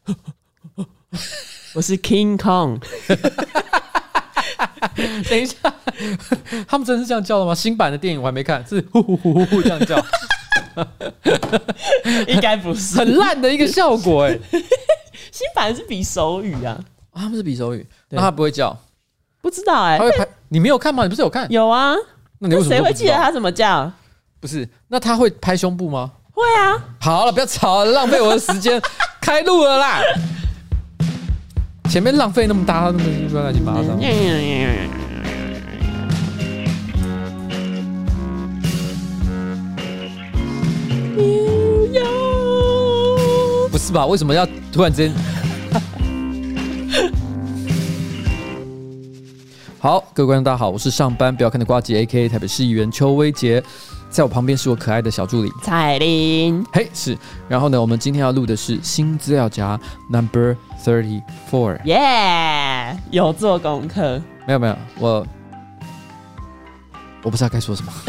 我是 King Kong。 等一下，他们真的是这样叫的吗？新版的电影我还没看，是呼呼呼呼呼这样叫， 应该不是， 很烂的一个效果哎。 新版是比手语啊， 他们是比手语，那他不会叫？ 不知道哎、 他会拍？你没有看吗？你不是有看？ 有啊， 那你为什么谁会记得他怎么叫？ 不是，那他会拍胸部吗？ 会啊。 好了，不要吵了，浪费我的时间，开录了啦。前面浪费那么大，那么乱七八糟。不是吧？为什么要突然之间？好，各位观众大家好，我是上班不要看的呱吉 ，A.K.A 台北市议员邱威杰，在我旁边是我可爱的小助理彩玲。 嘿，是。然后呢，我们今天要录的是新资料夹 Number 34。 耶，有做功课？ 没有，我不知道该说什么。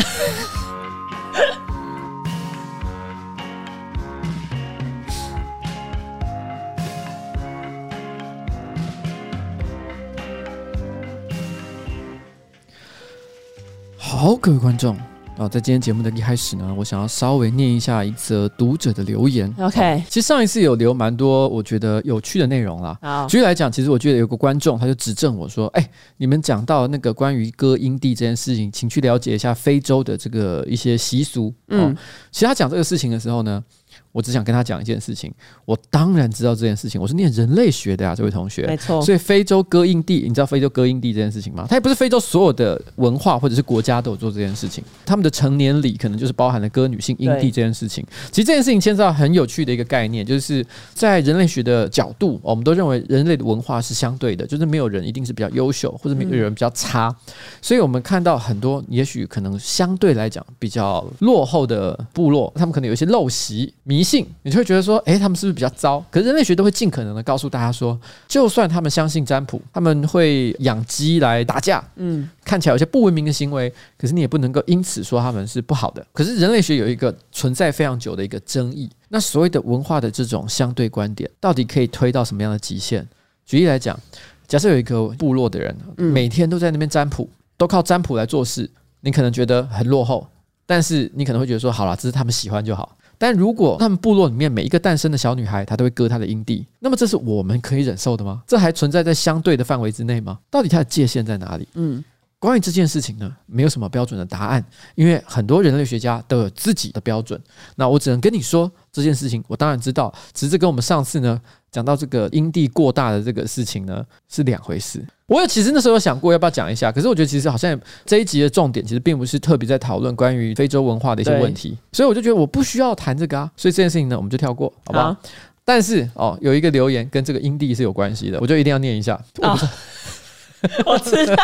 好，各位观众在今天节目的一开始呢，我想要稍微念一下一则读者的留言。 OK， 其实上一次有留蛮多我觉得有趣的内容啦。 好， 举例来讲，其实我觉得有个观众他就指正我说：“你们讲到那个关于割阴蒂这件事情，请去了解一下非洲的这个一些习俗。”其实他讲这个事情的时候呢，我只想跟他讲一件事情。我当然知道这件事情，我是念人类学的呀，这位同学。 没错。 所以非洲割阴蒂，你知道非洲割阴蒂这件事情吗？它也不是非洲所有的文化或者是国家都有做这件事情，他们的成年礼可能就是包含了割女性阴蒂这件事情。其实这件事情牵涉到很有趣的一个概念，就是在人类学的角度，我们都认为人类的文化是相对的，就是没有人一定是比较优秀，或者没有人比较差。所以我们看到很多也许可能相对来讲比较落后的部落，他们可能有一些陋习迷信，你就会觉得说他们是不是比较糟？可是人类学都会尽可能的告诉大家说，就算他们相信占卜，他们会养鸡来打架，看起来有些不文明的行为，可是你也不能够因此说他们是不好的。可是人类学有一个存在非常久的一个争议，那所谓的文化的这种相对观点到底可以推到什么样的极限？举例来讲，假设有一个部落的人每天都在那边占卜，都靠占卜来做事，你可能觉得很落后，但是你可能会觉得说好啦，这是他们喜欢就好。但如果他们部落里面每一个诞生的小女孩她都会割她的阴蒂，那么这是我们可以忍受的吗？这还存在在相对的范围之内吗？到底它的界限在哪里？关于这件事情呢，没有什么标准的答案，因为很多人类学家都有自己的标准。那我只能跟你说这件事情，我当然知道，只是跟我们上次呢讲到这个阴蒂过大的这个事情呢是两回事。我其实那时候有想过要不要讲一下，可是我觉得其实好像这一集的重点其实并不是特别在讨论关于非洲文化的一些问题，所以我就觉得我不需要谈这个啊，所以这件事情呢我们就跳过，好不好？但是有一个留言跟这个阴蒂是有关系的，我就一定要念一下。 我知道，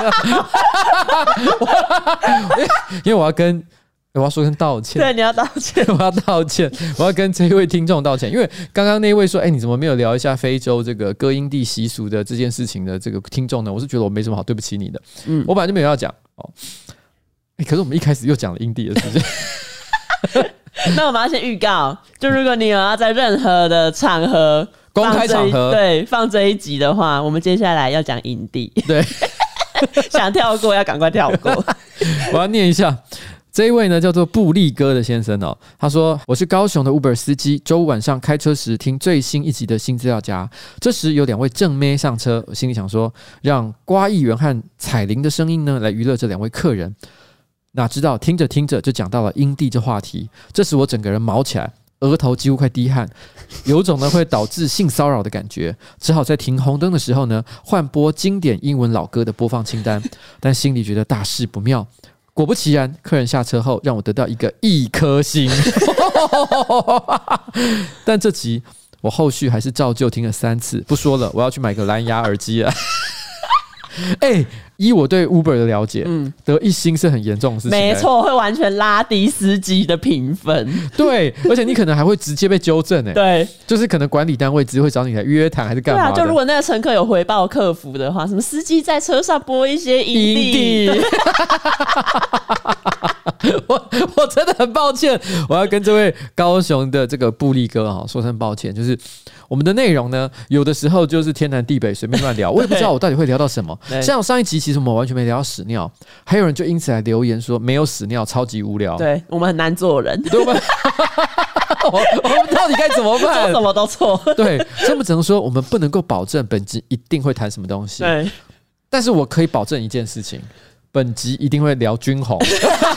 因为我要说声道歉。 对，你要道歉。 我要道歉，我要跟这一位听众道歉，因为刚刚那一位说，你怎么没有聊一下非洲这个割阴蒂习俗的这件事情的这个听众呢？我是觉得我没什么好对不起你的，我本来就没有要讲可是我们一开始又讲了阴蒂的事情。 那我们要先预告，就如果你有要在任何的场合。 公开场合放这一集的话，我们接下来要讲阴蒂。 对， 想跳过要赶快跳过。 我要念一下，这一位呢叫做布利哥的先生他说：“我是高雄的 Uber 司机，周五晚上开车时听最新一集的新资料夹，这时有两位正妹上车，我心里想说，让瓜议员和彩玲的声音呢来娱乐这两位客人。哪知道听着听着就讲到了阴蒂这话题，这时我整个人毛起来。”额头几乎快滴汗，有种呢会导致性骚扰的感觉，只好在停红灯的时候呢换播经典英文老歌的播放清单，但心里觉得大事不妙。果不其然，客人下车后让我得到一个1颗星。但这集我后续还是照旧听了3次，不说了，我要去买个蓝牙耳机了。依我对 Uber 的了解，得1星是很严重的事情。 没错，会完全拉低司机的评分。 对，而且你可能还会直接被纠正。 对， 就是可能管理单位只会找你来约谈还是干嘛的。 对啊，就如果那个乘客有回报客服的话，什么司机在车上播一些阴蒂。 我真的很抱歉，我要跟这位高雄的这个布利哥说声抱歉，就是我们的内容呢，有的时候就是天南地北随便乱聊，我也不知道我到底会聊到什么。像上一集其实我们完全没聊到屎尿，还有人就因此来留言说没有屎尿超级无聊， 对我们很难做人， 对我们到底该怎么办？ 做什么都错。 对，所以我们只能说我们不能够保证本集一定会谈什么东西， 对， 但是我可以保证一件事情。本集一定会聊君宏，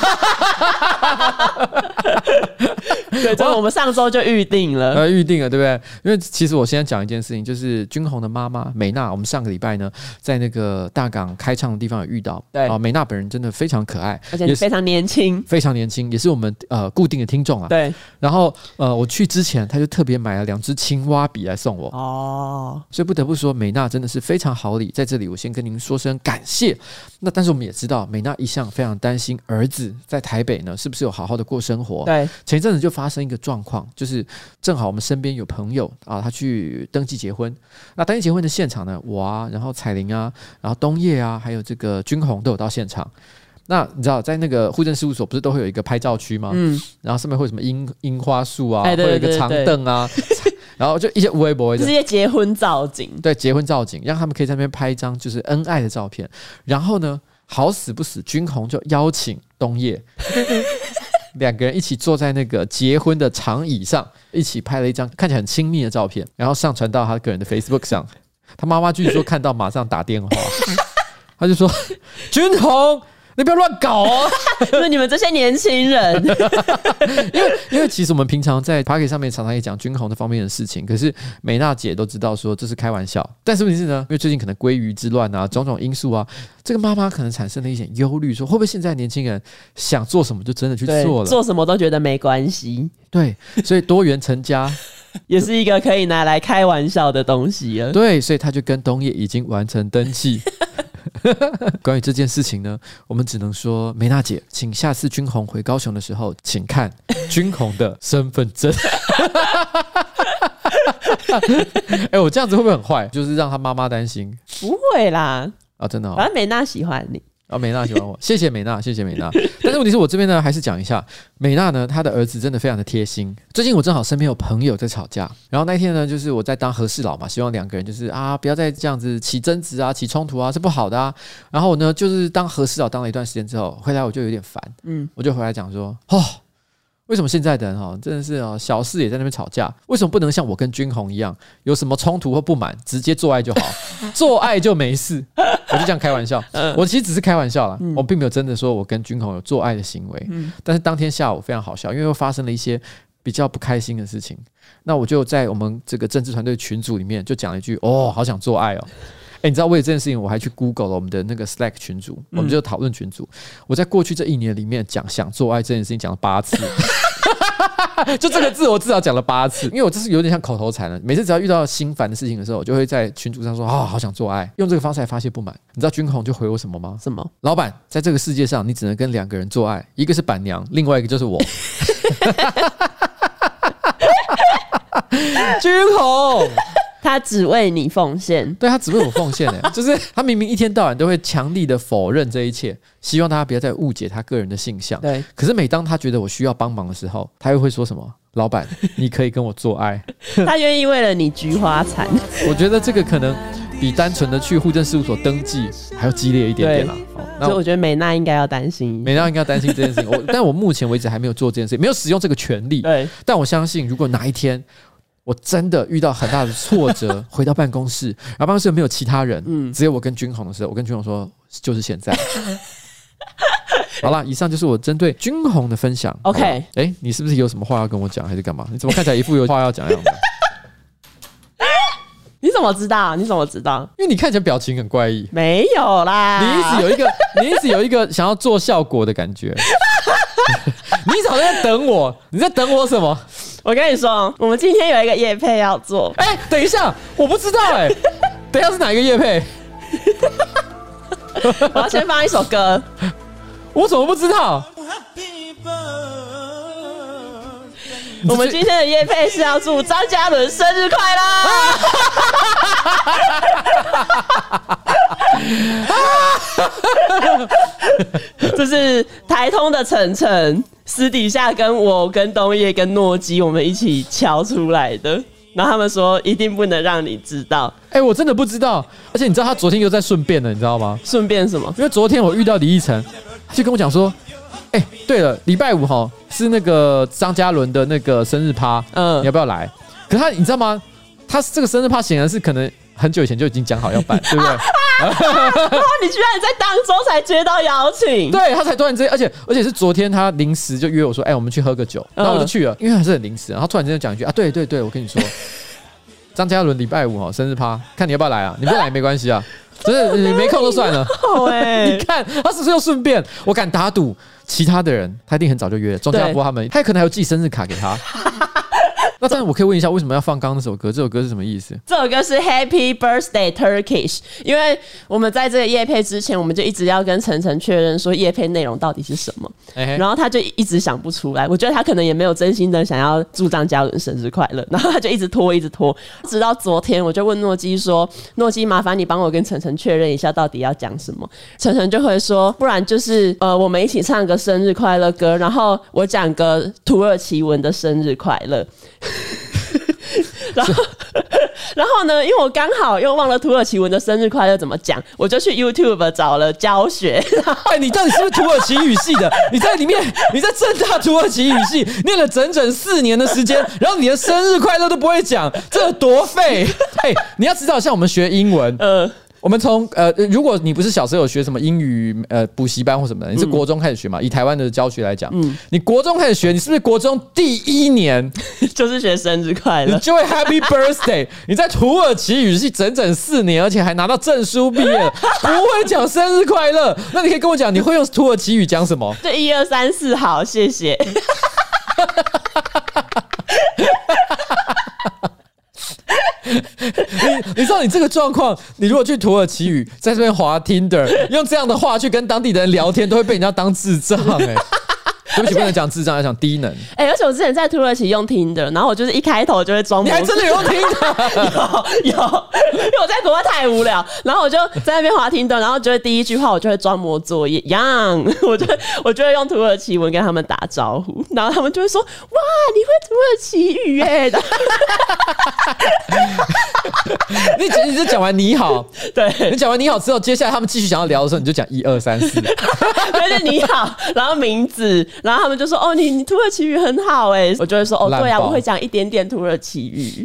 对，这我们上周就预定了， 预定了，对不对？因为其实我现在讲一件事情，就是君宏的妈妈美娜，我们上个礼拜呢，在那个大港开唱的地方有遇到， 对美娜本人真的非常可爱， 而且非常年轻， 非常年轻，也是我们固定的听众啊。 对， 然后我去之前，他就特别买了2支青蛙笔来送我，所以不得不说，美娜真的是非常好礼，在这里我先跟您说声感谢。那但是我们也知道，美娜一向非常担心儿子在台北呢是不是有好好的过生活。 对， 前一阵子就发生一个状况，就是正好我们身边有朋友他去登记结婚。那登记结婚的现场呢，我然后彩玲然后东叶还有这个君宏都有到现场。那你知道，在那个户政事务所不是都会有一个拍照区吗？然后上面会有什么樱花树会有一个长凳然后就一些微博， 就是一些结婚造景， 对，结婚造景，让他们可以在那边拍一张就是恩爱的照片。然后呢，好死不死，君宏就邀请东叶2个人一起坐在那个结婚的长椅上，一起拍了一张看起来很亲密的照片，然后上传到他个人的 Facebook 上。他妈妈据说看到马上打电话，他就说：“君宏，你不要乱搞哦！” 就是你们这些年轻人， 因为其实我们平常在 Podcast 上面常常也讲君宏这方面的事情，可是美娜姐都知道说这是开玩笑。但是问题是呢，因为最近可能鲑鱼之乱种种因素这个妈妈可能产生了一点忧虑，说会不会现在年轻人想做什么就真的去做了， 做什么都觉得没关系。 对，所以多元成家也是一个可以拿来开玩笑的东西了。 对，所以他就跟东叶已经完成登记。关于这件事情呢，我们只能说，美娜姐，请下次君宏回高雄的时候，请看君宏的身份证。我这样子会不会很坏？就是让他妈妈担心？ 不会啦， 真的反正美娜喜欢你。 美娜喜欢我，谢谢美娜，谢谢美娜。但是问题是我这边呢，还是讲一下，美娜呢，她的儿子真的非常的贴心。最近我正好身边有朋友在吵架，然后那一天呢，就是我在当和事佬嘛，希望2个人就是不要再这样子起争执起冲突是不好的然后我呢，就是当和事佬当了一段时间之后，回来我就有点烦，我就回来讲说，为什么现在的人真的是小事也在那边吵架？为什么不能像我跟君宏一样，有什么冲突或不满，直接做爱就好，做爱就没事？我就这样开玩笑，我其实只是开玩笑啦，我并没有真的说我跟君宏有做爱的行为。但是当天下午非常好笑，因为又发生了一些比较不开心的事情。那我就在我们这个政治团队群组里面就讲了一句：“好想做爱哦。”你知道为了这件事情，我还去 Google 了我们的那个 Slack 群组，我们就讨论群组。我在过去这1年里面讲想做爱这件事情讲了8次。就这个字我至少讲了8次，因为我这是有点像口头禅了。每次只要遇到心烦的事情的时候，我就会在群组上说好想做爱，用这个方式来发泄不满。你知道君宏就回我什么吗？ 什么？ 老板，在这个世界上你只能跟2个人做爱，一个是板娘，另外一个就是我。君宏他只为你奉献， 对，他只为我奉献就是他明明一天到晚都会强力的否认这一切，希望大家不要再误解他个人的性向。 对， 可是每当他觉得我需要帮忙的时候，他又会说什么？老板，你可以跟我做爱。 他愿意为了你菊花残。 我觉得这个可能比单纯的去户政事务所登记还要激烈一点点啦。 所以我觉得美娜应该要担心， 美娜应该要担心这件事情。但我目前为止还没有做这件事情，没有使用这个权利。 对， 但我相信，如果哪一天我真的遇到很大的挫折，回到办公室，然后办公室没有其他人，只有我跟君宏的时候，我跟君宏说，就是现在。好啦，以上就是我针对君宏的分享。 OK， 你是不是有什么话要跟我讲，还是干嘛？你怎么看起来一副有话要讲的样子？ 你怎么知道？你怎么知道？ 因为你看起来表情很怪异。 没有啦， 你一直有一个想要做效果的感觉。你好像在等我，你在等我什么？ 我跟你说，我们今天有一个业配要做。 等一下，我不知道等一下是哪一个业配？ 我要先放一首歌。 我怎么不知道？ 我们今天的业配是要祝张嘉伦生日快乐！这是台台通的晨晨私底下跟我、跟东叶、跟诺基我们一起敲出来的。然后他们说一定不能让你知道。 我真的不知道，而且你知道他昨天又在顺便了，你知道吗？ 顺便什么？ 因为昨天我遇到李奕晨，他就跟我讲说，对了，礼拜5是那个张嘉伦的那个生日趴，你要不要来？可是你知道吗？他这个生日趴显然是可能很久以前就已经讲好要办，对不对？ 你居然在当周才接到邀请？ 对，他才突然之间，而且是昨天他临时就约我说，我们去喝个酒，然后我就去了，因为还是很临时。然后突然之间讲一句啊，对，我跟你说，张嘉伦礼拜5生日趴，看你要不要来啊？你不来也没关系啊，真的你没空就算了。你看他是不是又顺便？我敢打赌，其他的人他一定很早就约了，钟家波他们，他可能还有寄生日卡给他。那这样我可以问一下，为什么要放刚刚那首歌？这首歌是什么意思？ 这首歌是 Happy Birthday Turkish， 因为我们在这个业配之前，我们就一直要跟晨晨确认说业配内容到底是什么，然后他就一直想不出来。我觉得他可能也没有真心的想要祝张嘉伦生日快乐，然后他就一直拖，直到昨天我就问诺基说：“诺基，麻烦你帮我跟晨晨确认一下到底要讲什么。”晨晨就会说：“不然就是我们一起唱个生日快乐歌，然后我讲个土耳其文的生日快乐。”然后呢，因为我刚好又忘了土耳其文的生日快乐怎么讲，我就去 YouTube 找了教学。 你到底是不是土耳其语系的？你在里面，你在政大土耳其语系念了整整4年的时间，然后你的生日快乐都不会讲，这有多废？你要知道，像我们学英文，我们从如果你不是小时候有学什么英语补习班或什么的，你是国中开始学嘛？以台湾的教学来讲，你国中开始学，你是不是国中第1年就是学生日快乐， 你就会 Happy Birthday？ 你在土耳其语系整整4年，而且还拿到证书毕业了，不会讲生日快乐？那你可以跟我讲，你会用土耳其语讲什么？ 就1、2、3、4，好，谢谢。 你知道你这个状况，你如果去土耳其语，在这边滑 Tinder， 用这样的话去跟当地的人聊天，都会被人家当智障对不起，不能讲智障，要讲低能。 而且我之前在土耳其用 Tinder， 然后我就是一开头就会装。 你还真的有用 Tinder？ 有，因为我在国外太无聊，然后我就在那边滑 Tinder， 然后就会第一句话我就会装模作样，Young， 我就会用土耳其文跟他们打招呼，然后他们就会说：“哇，你会土耳其语耶！” 你就讲完你好， 对， 你讲完你好之后，接下来他们继续想要聊的时候，你就讲1、2、3、4， 对，你好，然后名字，然后他们就说：“哦，你土耳其语很好哎。”我就会说：“哦，对啊，我会讲一点点土耳其语。”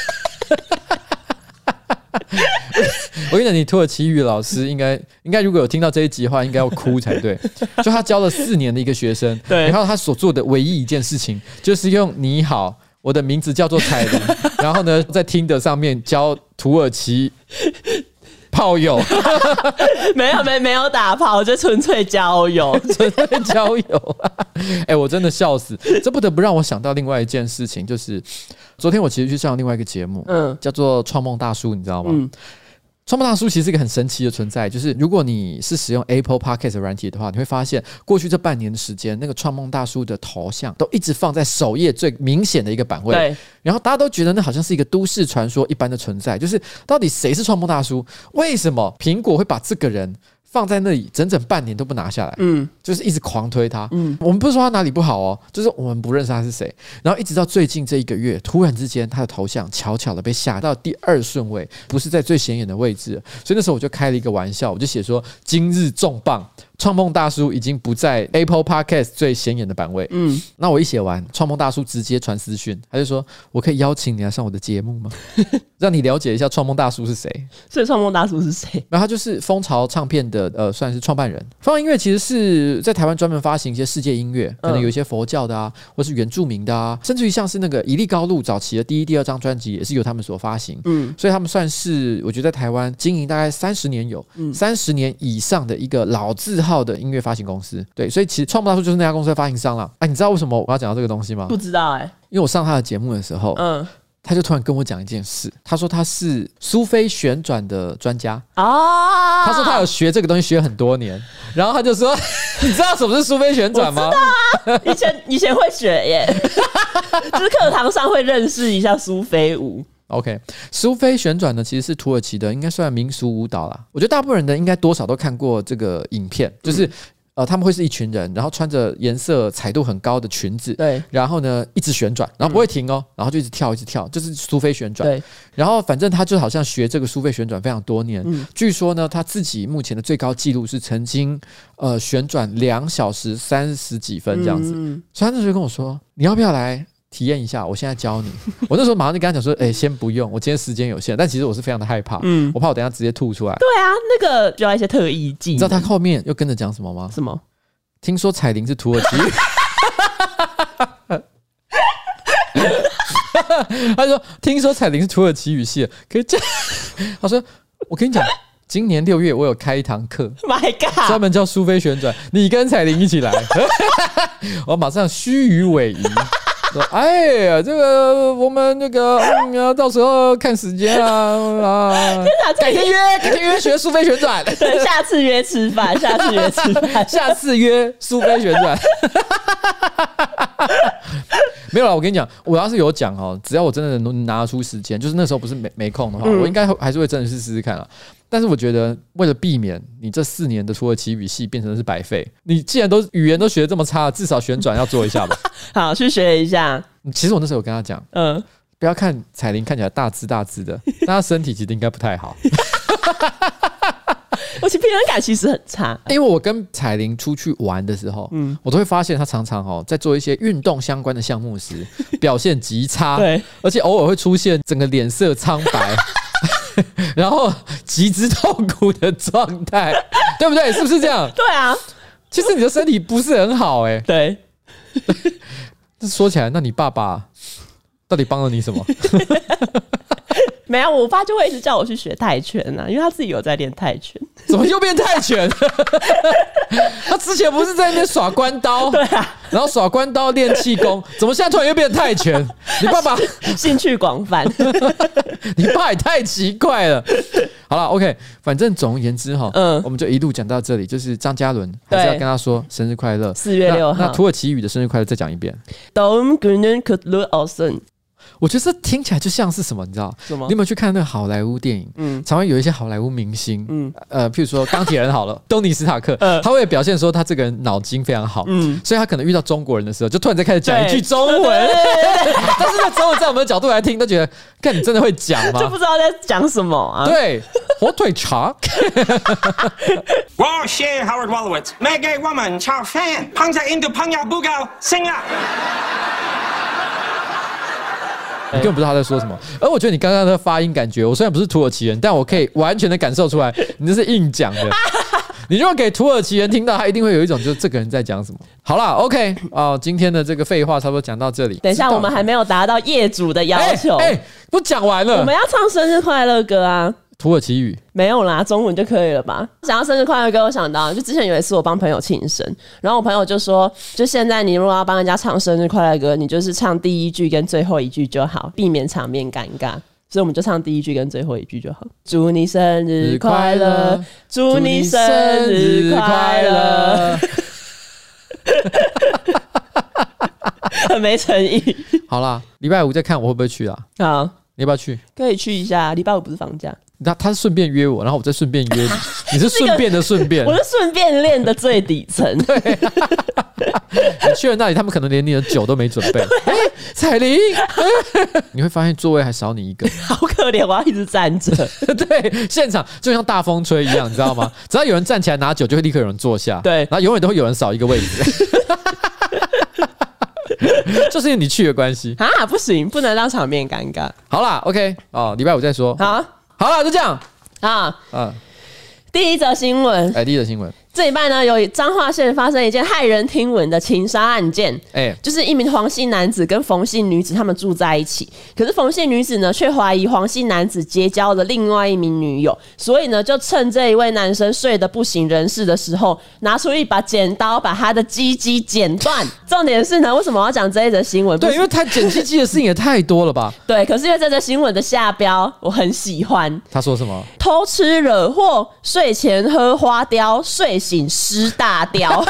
我跟你讲，你土耳其语老师应该如果有听到这一集的话，应该要哭才对。就他教了4年的一个学生，对，然后他所做的唯一一件事情，就是用你好，我的名字叫做彩铃，然后呢，在Tinder上面教土耳其炮友。 没有打炮，就纯粹交友， 纯粹交友。我真的笑死，这不得不让我想到另外一件事情，就是昨天我其实去上另外一个节目，叫做创梦大叔，你知道吗？创梦大叔其实是一个很神奇的存在，就是如果你是使用 Apple Podcast 软体的话，你会发现过去这半年的时间，那个创梦大叔的头像都一直放在首页最明显的一个版位，对，然后大家都觉得那好像是一个都市传说一般的存在，就是到底谁是创梦大叔？为什么苹果会把这个人放在那里整整半年都不拿下来，就是一直狂推他，我们不是说他哪里不好哦，就是我们不认识他是谁，然后一直到最近这1个月，突然之间他的头像悄悄的被下到第2顺位，不是在最显眼的位置，所以那时候我就开了一个玩笑，我就写说今日重磅，创梦大叔已经不在 Apple Podcast 最显眼的版位。那我一写完，创梦大叔直接传私讯，他就说：“我可以邀请你来上我的节目吗？让你了解一下创梦大叔是谁。” 所以创梦大叔是谁？ 然后他就是风潮唱片的算是创办人。风潮音乐其实是在台湾专门发行一些世界音乐，可能有一些佛教的啊，或是原住民的啊，甚至于像是那个一粒高露早期的第1、第2张专辑也是由他们所发行。所以他们算是我觉得在台湾经营大概30年有，30年以上的一个老字号的音乐发行公司。对，所以其实创梦大叔就是那家公司的发行商啦。你知道为什么我要讲到这个东西吗？ 不知道因为我上他的节目的时候，他就突然跟我讲一件事，他说他是苏菲旋转的专家他说他有学这个东西学很多年，然后他就说你知道什么是苏菲旋转吗？ 我知道啊，以前会学耶就是课堂上会认识一下苏菲舞。 OK， 苏菲旋转呢，其实是土耳其的，应该算民俗舞蹈啦。我觉得大部分人的应该多少都看过这个影片，就是他们会是一群人，然后穿着颜色彩度很高的裙子， 对， 然后呢一直旋转，然后不会停哦，然后就一直跳，就是苏菲旋转。 对， 然后反正他就好像学这个苏菲旋转非常多年，据说呢他自己目前的最高纪录是曾经旋转2小时30几分这样子，所以他那时候跟我说，你要不要来体验一下？我现在教你。我那时候马上就跟他讲说，先不用，我今天时间有限。但其实我是非常的害怕，我怕我等一下直接吐出来。 对啊，那个需要一些特异技能。 你知道他后面又跟着讲什么吗？ 什么？ 听说彩铃是土耳其语。他说听说彩铃是土耳其语系的，可是这他说我跟你讲，今年6月我有开一堂课 ，My God， 专门教苏菲旋转，你跟彩铃一起来。我马上虚与委蛇。说哎呀，这个我们那个到时候看时间啊，改天约学苏菲旋转。 对，下次约吃饭，下次约苏菲旋转。没有啦，我跟你讲，我要是有讲哦，只要我真的能拿得出时间，就是那时候不是没空的话，我应该还是会真的试试看啦。但是我觉得，为了避免你这4年的土耳其语系变成是白费，你既然语言都学得这么差，至少旋转要做一下吧。 好，去学一下。 其实我那时候有跟他讲，不要看彩铃看起来大只的，但她身体其实应该不太好。 我平衡感其实很差， 因为我跟彩铃出去玩的时候，我都会发现她常常在做一些运动相关的项目时表现极差， 对， 而且偶尔会出现整个脸色苍白。然后极之痛苦的状态，对不对？是不是这样？ 对啊， 其实你的身体不是很好对。 说起来，那你爸爸到底帮了你什么？ 没有，我爸就会一直叫我去学泰拳啊，因为他自己有在练泰拳。 怎么又变泰拳？他之前不是在那边耍关刀？ 对啊， 然后耍关刀练气功，怎么现在突然又变泰拳？你爸爸兴趣广泛， 你爸也太奇怪了。好了 ，OK， 反正总而言之我们就一路讲到这里，就是张嘉伦还是要跟他说生日快乐 ，4月6号。 那土耳其语的生日快乐再讲一遍。 Doğum günün kutlu olsun。 我觉得这听起来就像是什么，你知道？ 什么？ 你有没有去看那个好莱坞电影？常会有一些好莱坞明星，譬如说钢铁人好了，东尼史塔克，他会表现说他这个人脑筋非常好，所以他可能遇到中国人的时候，就突然间开始讲一句中文。但是那中文在我们的角度来听，都觉得，看你真的会讲吗？ 就不知道在讲什么啊。 对，火腿肠。 我是 Howard Wolowitz， 每个我们炒饭，胖在印度朋友不够，行了。 你根本不知道他在说什么，而我觉得你刚刚的发音感觉，我虽然不是土耳其人，但我可以完全的感受出来，你这是硬讲的。你如果给土耳其人听到，他一定会有一种就是这个人在讲什么。好啦 OK 今天的这个废话差不多讲到这里。 等一下，我们还没有达到业主的要求。 不讲完了， 我们要唱生日快乐歌啊。 土耳其语没有啦，中文就可以了吧？想要生日快乐歌，我想到就之前有一次我帮朋友庆生，然后我朋友就说，就现在你如果要帮人家唱生日快乐歌，你就是唱第1句跟最后1句就好，避免场面尴尬。所以我们就唱第1句跟最后1句就好。祝你生日快乐，祝你生日快乐。很没诚意。 好啦，礼拜5再看我会不会去啊？ 好， 你要不要去？ 可以去一下，礼拜5不是放假。 他是顺便约我，然后我再顺便约你，你是顺便的顺便， 我是顺便练的最底层。 对，你去了那里，他们可能连你的酒都没准备。彩铃，你会发现座位还少你一个， 好可怜，我要一直站着。 对，现场就像大风吹一样，你知道吗？只要有人站起来拿酒，就会立刻有人坐下。 对， 然后永远都会有人少一个位置。就是因为你去的关系啊，不行，不能让场面尴尬。 好啦 ，OK 礼拜5再说。好啦，就这样啊。第一则新闻， 第一则新闻， 这礼拜呢，有彰化县发生一件骇人听闻的情杀案件。就是一名黄姓男子跟冯姓女子他们住在一起，可是冯姓女子呢却怀疑黄姓男子结交了另外一名女友，所以呢就趁这一位男生睡得不省人事的时候，拿出一把剪刀把他的鸡鸡剪断。重点是呢，为什么我要讲这一则新闻？ 对，因为他剪鸡鸡的事情也太多了吧？ 对，可是因为这则新闻的下标我很喜欢。 他说什么？ 偷吃惹祸，睡前喝花雕，睡醒湿大雕。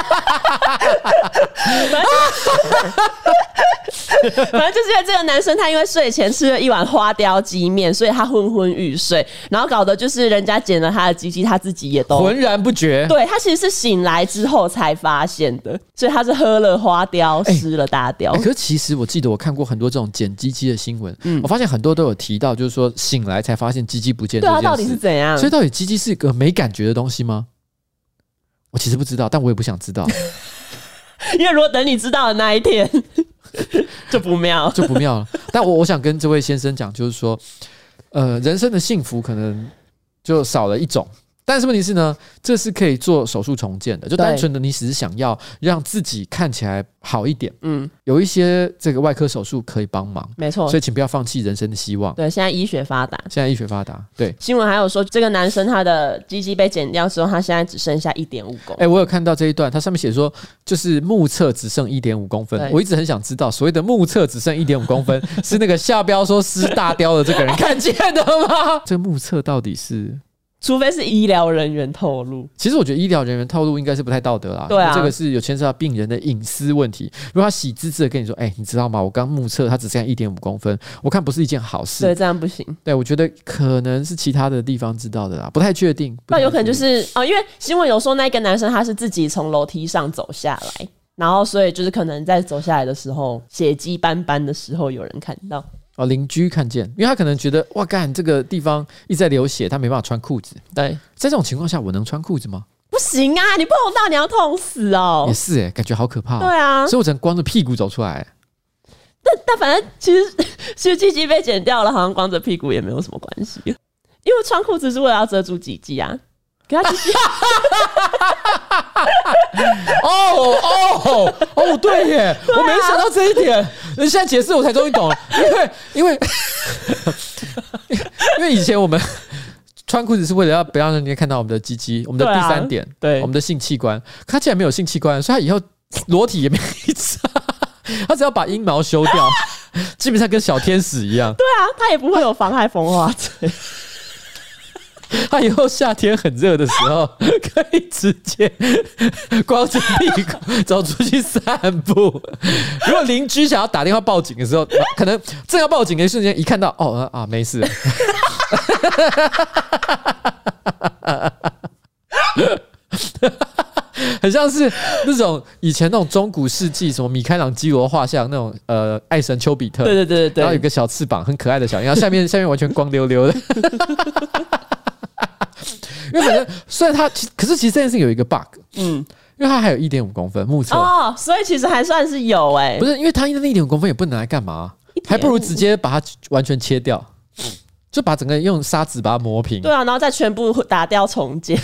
反正就是因为这个男生他因为睡前吃了一碗花雕鸡面，所以他昏昏欲睡，然后搞得就是人家捡了他的鸡鸡，他自己也都浑然不觉。 对，他其实是醒来之后才发现的，所以他是喝了花雕湿了大雕。 可是其实我记得我看过很多这种捡鸡鸡的新闻，我发现很多都有提到，就是说醒来才发现鸡鸡不见这件事。 对啊，到底是怎样？ 所以到底鸡鸡是个没感觉的东西吗？我其实不知道，但我也不想知道。 因为如果等你知道的那一天就不妙了。但我想跟这位先生讲，就是说人生的幸福可能就少了一种，但是问题是呢，这是可以做手术重建的，就单纯的你只是想要让自己看起来好一点，有一些这个外科手术可以帮忙， 没错， 所以请不要放弃人生的希望。 对，现在医学发达， 对。 新闻还有说，这个男生他的鸡鸡被剪掉之后，他现在只剩下1.5公分。 我有看到这一段，他上面写说，就是目测只剩1.5公分。我一直很想知道，所谓的目测只剩1.5公分，是那个下标说湿大雕的这个人看见的吗？这个目测到底是？ 除非是医疗人员透露， 其实我觉得医疗人员透露应该是不太道德啦。 对啊， 这个是有牵涉到病人的隐私问题。如果他喜滋滋的跟你说，你知道吗？我刚目测他只剩下1.5公分，我看不是一件好事。 对，这样不行。 对，我觉得可能是其他的地方知道的啦，不太确定。 那有可能就是因为新闻有说那个男生他是自己从楼梯上走下来，然后所以就是可能在走下来的时候，血迹斑斑的时候有人看到。 邻居看见，因为他可能觉得哇干这个地方一直在流血，他没办法穿裤子。 对， 在这种情况下，我能穿裤子吗？ 不行啊，你碰到你要痛死哦。 也是感觉好可怕。 对啊， 所以我只能光着屁股走出来。 但反正其实鸡鸡被剪掉了，好像光着屁股也没有什么关系，因为穿裤子是为了要遮住鸡鸡啊。给他鸡鸡。 对耶，我没想到这一点。现在解释我才终于懂了，因为以前我们穿裤子是为了要不要让人家看到我们的鸡鸡，我们的第三点，对，我们的性器官。可他既然没有性器官，所以他以后裸体也没差，他只要把阴毛修掉，基本上跟小天使一样。 对啊，他也不会有妨害风化罪。 他以后夏天很热的时候，可以直接光着屁股走出去散步。如果邻居想要打电话报警的时候，可能正要报警的一瞬间，一看到没事了。很像是那种以前那种中古世纪什么米开朗基罗画像那种爱神丘比特， 对，然后有个小翅膀很可爱的小鹰，然后下面完全光溜溜的。因为反正虽然可是其实这件事有一个 bug， 因为它还有1.5公分目测所以其实还算是有不是因为它那1.5公分也不能拿来干嘛，还不如直接把它完全切掉，就把整个用砂纸把它磨平。 对啊，然后再全部打掉重建。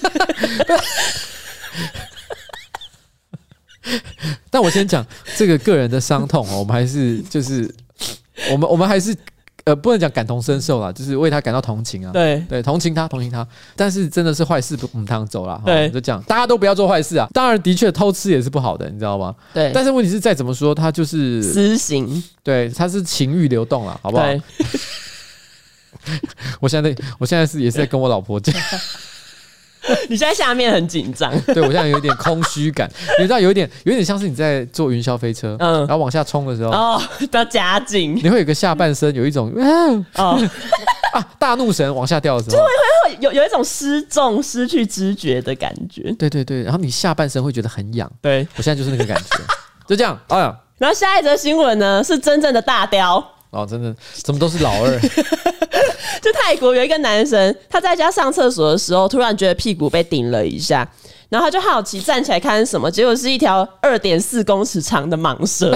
但我先讲这个个人的伤痛我们还是就是我们还是。不能讲感同身受啦，就是为他感到同情啊。 对， 同情他。但是真的是坏事不当走啦。 对， 就这样，大家都不要做坏事啊。当然，的确偷吃也是不好的，你知道吗？ 对。 但是问题是，再怎么说，他就是私刑。 对，他是情欲流动啦，好不好？ 对。 我现在也是在跟我老婆讲。 你现在下面很紧张， 对我现在有点空虚感，你知道有点像是你在坐云霄飞车，然后往下冲的时候， 要加紧， 你会有个下半身有一种大怒神往下掉的时候， 就会有一种失重、失去知觉的感觉。 对，然后你下半身会觉得很痒。 对， 我现在就是那个感觉，就这样。 然后下一则新闻呢是真正的大雕。 真的，怎么都是老二。 就泰国有一个男生，他在家上厕所的时候，突然觉得屁股被顶了一下，然后他就好奇站起来看是什么，结果是一条2.4公尺长的蟒蛇。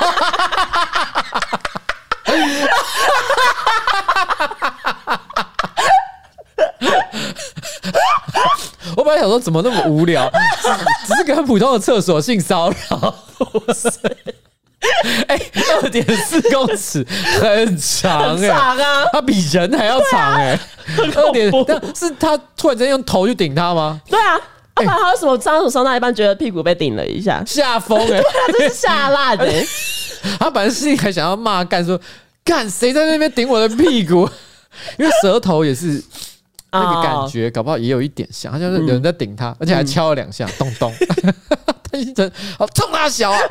我本来想说怎么那么无聊，只是个很普通的厕所性骚扰。2.4公尺很长很长啊， 它比人还要长2.4，是他突然间用头去顶他吗？ 对啊，不然他为什么上厕所上到一半觉得屁股被顶了一下？ 下风对啊，这是下烂他本来心里还想要骂干说干谁在那边顶我的屁股，因为舌头也是那个感觉搞不好也有一点像，好像是有人在顶他，而且还敲了2下，咚咚。他一整好冲他小啊，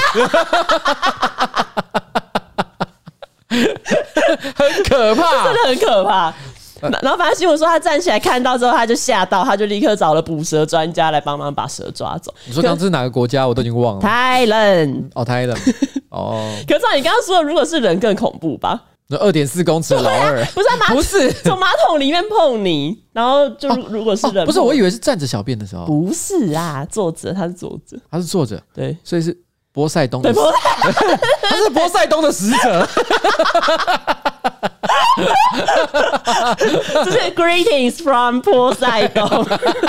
很可怕， 真的很可怕。然后反正新闻说他站起来看到之后他就吓到，他就立刻找了捕蛇专家来帮忙把蛇抓走。 你说刚这是哪个国家我都已经忘了。 泰冷泰冷哦。 可是照你刚刚说的，如果是人更恐怖吧 ？2.4公尺的老二， 不是不是从马桶里面碰你，然后就如果是人， 不是，我以为是站着小便的时候， 不是啦，坐着，他是坐着，对， 所以是波塞冬的，他是波塞冬的使者。 这是 Greetings from 波塞冬。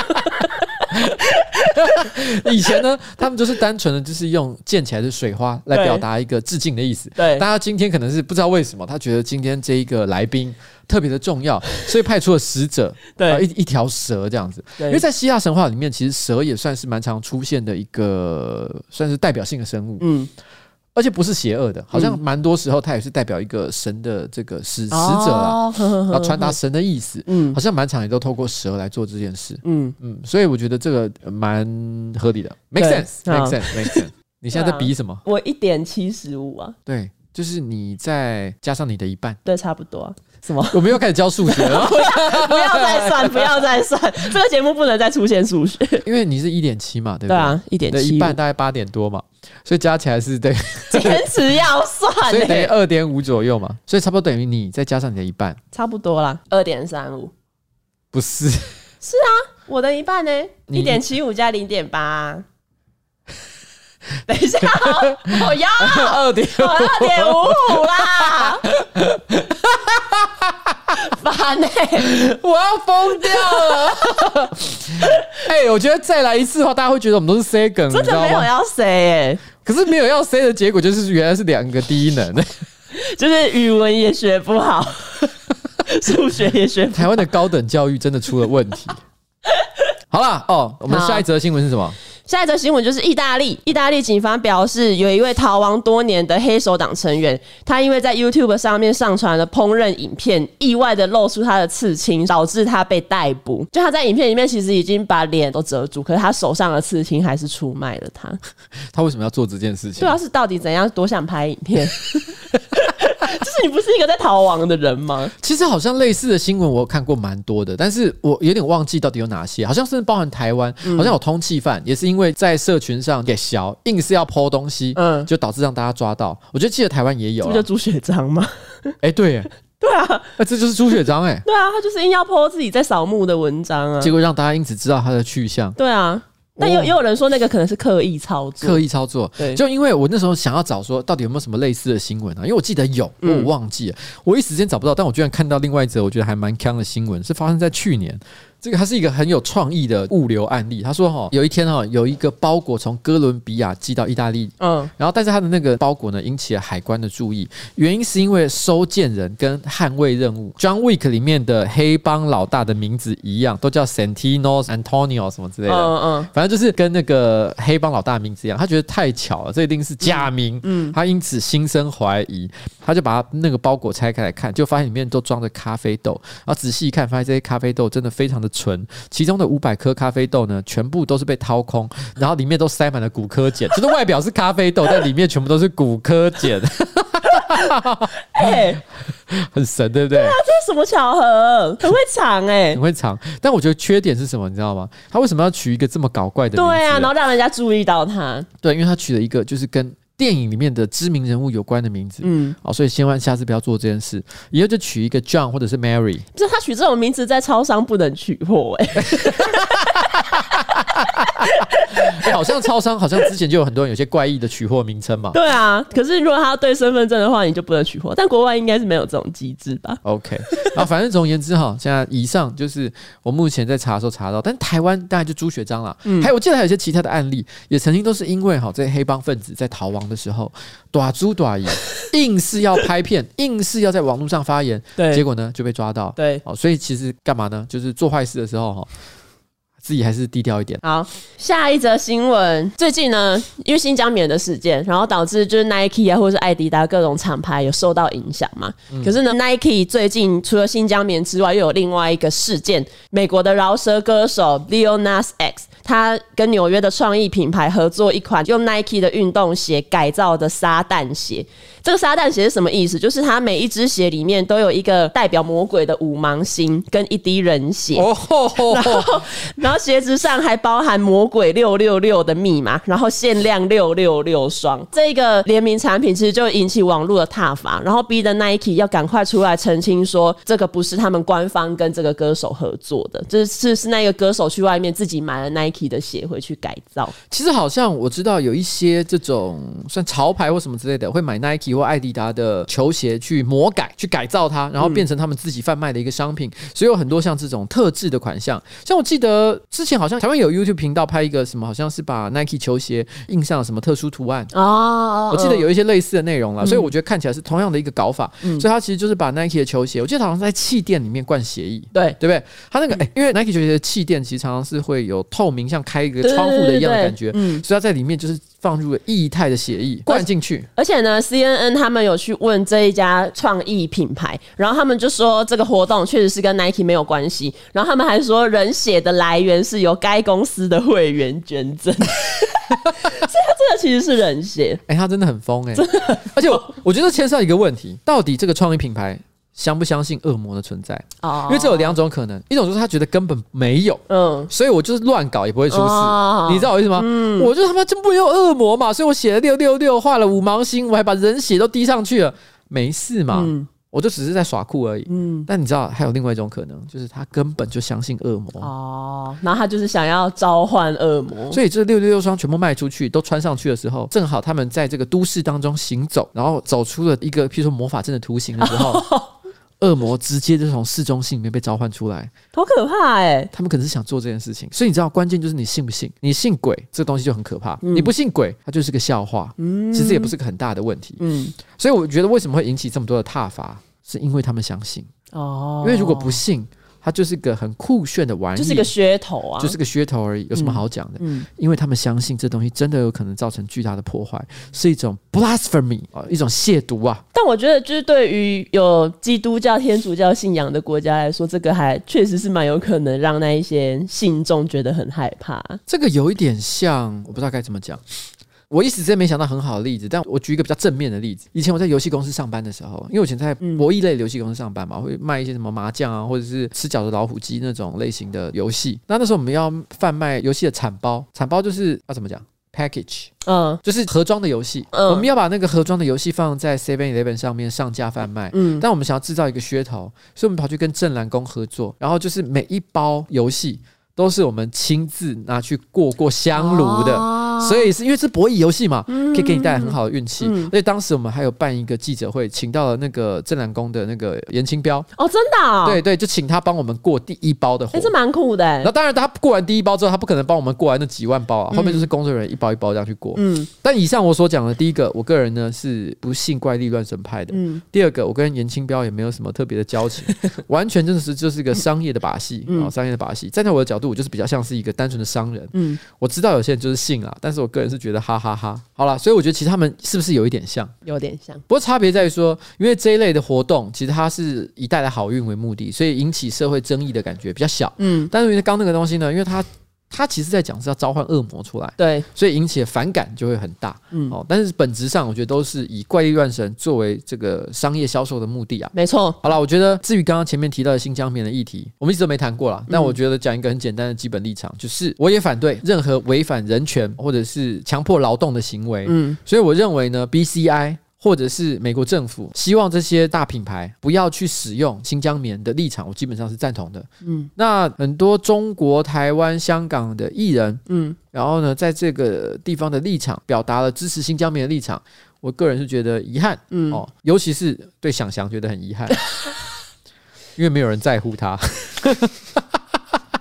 以前呢，他们就是单纯的就是用溅起来的水花来表达一个致敬的意思。 对， 大家今天可能是不知道为什么，他觉得今天这一个来宾特别的重要，所以派出了使者，对，一条蛇这样子。因为在希腊神话里面，其实蛇也算是蛮常出现的一个算是代表性的生物。而且不是邪恶的，好像蛮多时候它也是代表一个神的这个使者啦，然后传达神的意思。好像蛮常也都透过蛇来做这件事。所以我觉得这个蛮合理的 ，make sense。你现在在比什么？ 我1.75啊。 对，就是你再加上你的一半， 对，差不多啊。什么？ 我们又开始教数学了。 不要再算，不要再算，这个节目不能再出现数学。 因为你是1.7嘛，对不对？ 对啊，1.7， 一半大概8点多嘛，所以加起来是对， 坚持要算， 所以等于2.5左右嘛，所以差不多等于你再加上你的一半， 差不多啦2.35。 不是？ 是啊，我的一半呢，1.75加0.8。等一下，我要2.55啦，烦欸， 我要疯掉了。我觉得再来一次的话，大家会觉得我们都是 say 梗， 真的没有要 say 可是没有要 say 的结果就是原来是2个低能， 就是语文也学不好，数学也学不好。 台湾的高等教育真的出了问题。好啦，我们下一则新闻是什么？ 下一则新闻就是意大利警方表示，有一位逃亡多年的黑手党成员，他因为在 YouTube 上面上传了烹饪影片，意外的露出他的刺青，导致他被逮捕。就他在影片里面其实已经把脸都遮住，可是他手上的刺青还是出卖了他。 他为什么要做这件事情？ 对啊，是到底怎样多想拍影片？就是你不是一个在逃亡的人吗？ 其实好像类似的新闻我有看过蛮多的，但是我有点忘记到底有哪些，好像甚至包含台湾，好像有通缉犯，也是因为在社群上给小硬是要 po 东西，就导致让大家抓到。我觉得记得台湾也有， 这不就朱学章吗？ 对耶。 对啊， 这就是朱学章对啊，他就是硬要 po 自己在扫墓的文章啊， 结果让大家因此知道他的去向。 对啊。但也有人说那个可能是刻意操作， 对，就因为我那时候想要找说到底有没有什么类似的新闻啊，因为我记得有，我忘记了，我一时间找不到，但我居然看到另外一则我觉得还蛮鏘的新闻，是发生在去年。这个它是一个很有创意的物流案例。他说有一天有一个包裹从哥伦比亚寄到意大利，然后但是他的那个包裹呢引起了海关的注意，原因是因为收件人跟捍卫任务 John Wick 里面的黑帮老大的名字一样，都叫 Santino Antonio 什么之类的，反正就是跟那个黑帮老大的名字一样，他觉得太巧了，这一定是假名，他因此心生怀疑，他就把他那个包裹拆开来看，就发现里面都装着咖啡豆，然后仔细一看，发现这些咖啡豆真的非常的纯，其中的500颗咖啡豆呢，全部都是被掏空，然后里面都塞满了骨科碱，就是外表是咖啡豆，但里面全部都是骨科碱。很神，对不对？ 对啊，这是什么巧合？很会藏很会藏。但我觉得缺点是什么，你知道吗？他为什么要取一个这么搞怪的名字？ 对啊，然后让人家注意到他。 对，因为他取了一个就是跟电影里面的知名人物有关的名字，所以千万下次不要做这件事，以后就取一个 John 或者是 Mary。 不是，他取这种名字在超商不能取货好像超商好像之前就有很多人有些怪异的取货名称嘛。 对啊，可是如果他要对身份证的话，你就不能取货。但国外应该是没有这种机制吧 ？OK， 然后反正总而言之现在以上就是我目前在查的时候查到，但台湾当然就朱学章啦，还有我记得还有一些其他的案例，也曾经都是因为这些黑帮分子在逃亡的时候，大猪大姨硬是要拍片，硬是要在网络上发言，结果呢就被抓到。 对， 所以其实干嘛呢？就是做坏事的时候自己还是低调一点。 好，下一则新闻，最近呢，因为新疆棉的事件，然后导致就是 Nike 啊或者是艾迪达各种厂牌有受到影响嘛。可是呢 ，Nike 最近除了新疆棉之外，又有另外一个事件，美国的饶舌歌手 Lil Nas X， 他跟纽约的创意品牌合作一款用 Nike 的运动鞋改造的撒旦鞋。这个撒旦鞋是什么意思？就是它每一只鞋里面都有一个代表魔鬼的五芒星跟一滴人血，然后鞋子上还包含魔鬼666的密码，然后限量666双。这个联名产品其实就引起网络的挞伐，然后逼得 Nike 要赶快出来澄清说，这个不是他们官方跟这个歌手合作的，是那个歌手去外面自己买了 Nike 的鞋回去改造。 其实好像我知道有一些这种算潮牌或什么之类的，会买 Nike 或艾迪达的球鞋去魔改、去改造它，然后变成他们自己贩卖的一个商品。所以有很多像这种特制的款项，像我记得之前好像台湾有 YouTube 频道拍一个什么，好像是把 Nike 球鞋印上什么特殊图案我记得有一些类似的内容啦，所以我觉得看起来是同样的一个搞法。所以它其实就是把 Nike 的球鞋，我记得好像在气垫里面灌血液，对不对？它那个因为 Nike 球鞋的气垫其实常常是会有透明，像开一个窗户的一样的感觉，所以它在里面就是放入了液态的血液灌进去。 而且呢 CNN 他们有去问这一家创意品牌，然后他们就说这个活动确实是跟 Nike 没有关系，然后他们还说人血的来源是由该公司的会员捐赠所以他这个其实是人血。 他真的很疯而且我觉得牵涉到一个问题，到底这个创意品牌相不相信恶魔的存在？因为这有两种可能，一种就是他觉得根本没有，所以我就是乱搞也不会出事，你知道我意思吗？我就他妈就不有恶魔嘛，所以我写了666，画了五芒星，我还把人血都滴上去了，没事嘛。我就只是在耍酷而已。但你知道还有另外一种可能，就是他根本就相信恶魔然后他就是想要召唤恶魔， 所以这666双全部卖出去，都穿上去的时候，正好他们在这个都市当中行走，然后走出了一个譬如说魔法阵的图形的时候恶魔直接就从市中心里面被召唤出来， 好可怕他们可能是想做这件事情，所以你知道关键就是你信不信。你信鬼这个东西就很可怕，你不信鬼它就是个笑话，其实也不是个很大的问题。所以我觉得为什么会引起这么多的挞伐，是因为他们相信因为如果不信，它就是个很酷炫的玩意， 就是个噱头就是个噱头而已，有什么好讲的？因为他们相信这东西真的有可能造成巨大的破坏，是一种 blasphemy 一种亵渎啊。 但我觉得就是对于有基督教、天主教信仰的国家来说，这个还确实是蛮有可能让那一些信众觉得很害怕。 这个有一点像，我不知道该怎么讲。我一时之间没想到很好的例子，但我举一个比较正面的例子。以前我在游戏公司上班的时候，因为我以前在博弈类的游戏公司上班嘛，会卖一些什么麻将啊，或者是吃饺子老虎机那种类型的游戏。那时候我们要贩卖游戏的产包，产包就是要怎么讲 ？package，就是盒装的游戏。我们要把那个盒装的游戏放在 7-Eleven 上面上架贩卖。但我们想要制造一个噱头，所以我们跑去跟正蓝宫合作，然后就是每一包游戏都是我们亲自拿去过香炉的。所以是因为是博弈游戏嘛，可以给你带来很好的运气。而且当时我们还有办一个记者会，请到了那个正蓝宫的那个严清标。 真的对，就请他帮我们过第一包的火。 这蛮酷的。 然后当然他过完第一包之后，他不可能帮我们过完那几万包啊，后面就是工作人员一包一包这样去过。但以上我所讲的，第一个我个人呢是不信怪力乱神派的。第二个我跟严清标也没有什么特别的交情，完全真的是就是个商业的把戏商业的把戏。站在我的角度，我就是比较像是一个单纯的商人。我知道有些人就是信啦，但是我个人是觉得哈哈哈。好啦，所以我觉得其实他们是不是有一点像？ 有点像。 不过差别在于说，因为这一类的活动其实它是以带来好运为目的，所以引起社会争议的感觉比较小。但是因为刚那个东西呢，因为它其实在讲是要召唤恶魔出来， 对， 所以引起的反感就会很大。但是本质上我觉得都是以怪力乱神作为这个商业销售的目的啊。 没错。 好啦，我觉得至于刚刚前面提到的新疆棉的议题，我们一直都没谈过啦。但我觉得讲一个很简单的基本立场，就是我也反对任何违反人权或者是强迫劳动的行为。所以我认为呢 BCI或者是美国政府希望这些大品牌不要去使用新疆棉的立场，我基本上是赞同的。那很多中国、台湾、香港的艺人，然后呢，在这个地方的立场表达了支持新疆棉的立场，我个人是觉得遗憾。尤其是对想翔觉得很遗憾，因为没有人在乎他。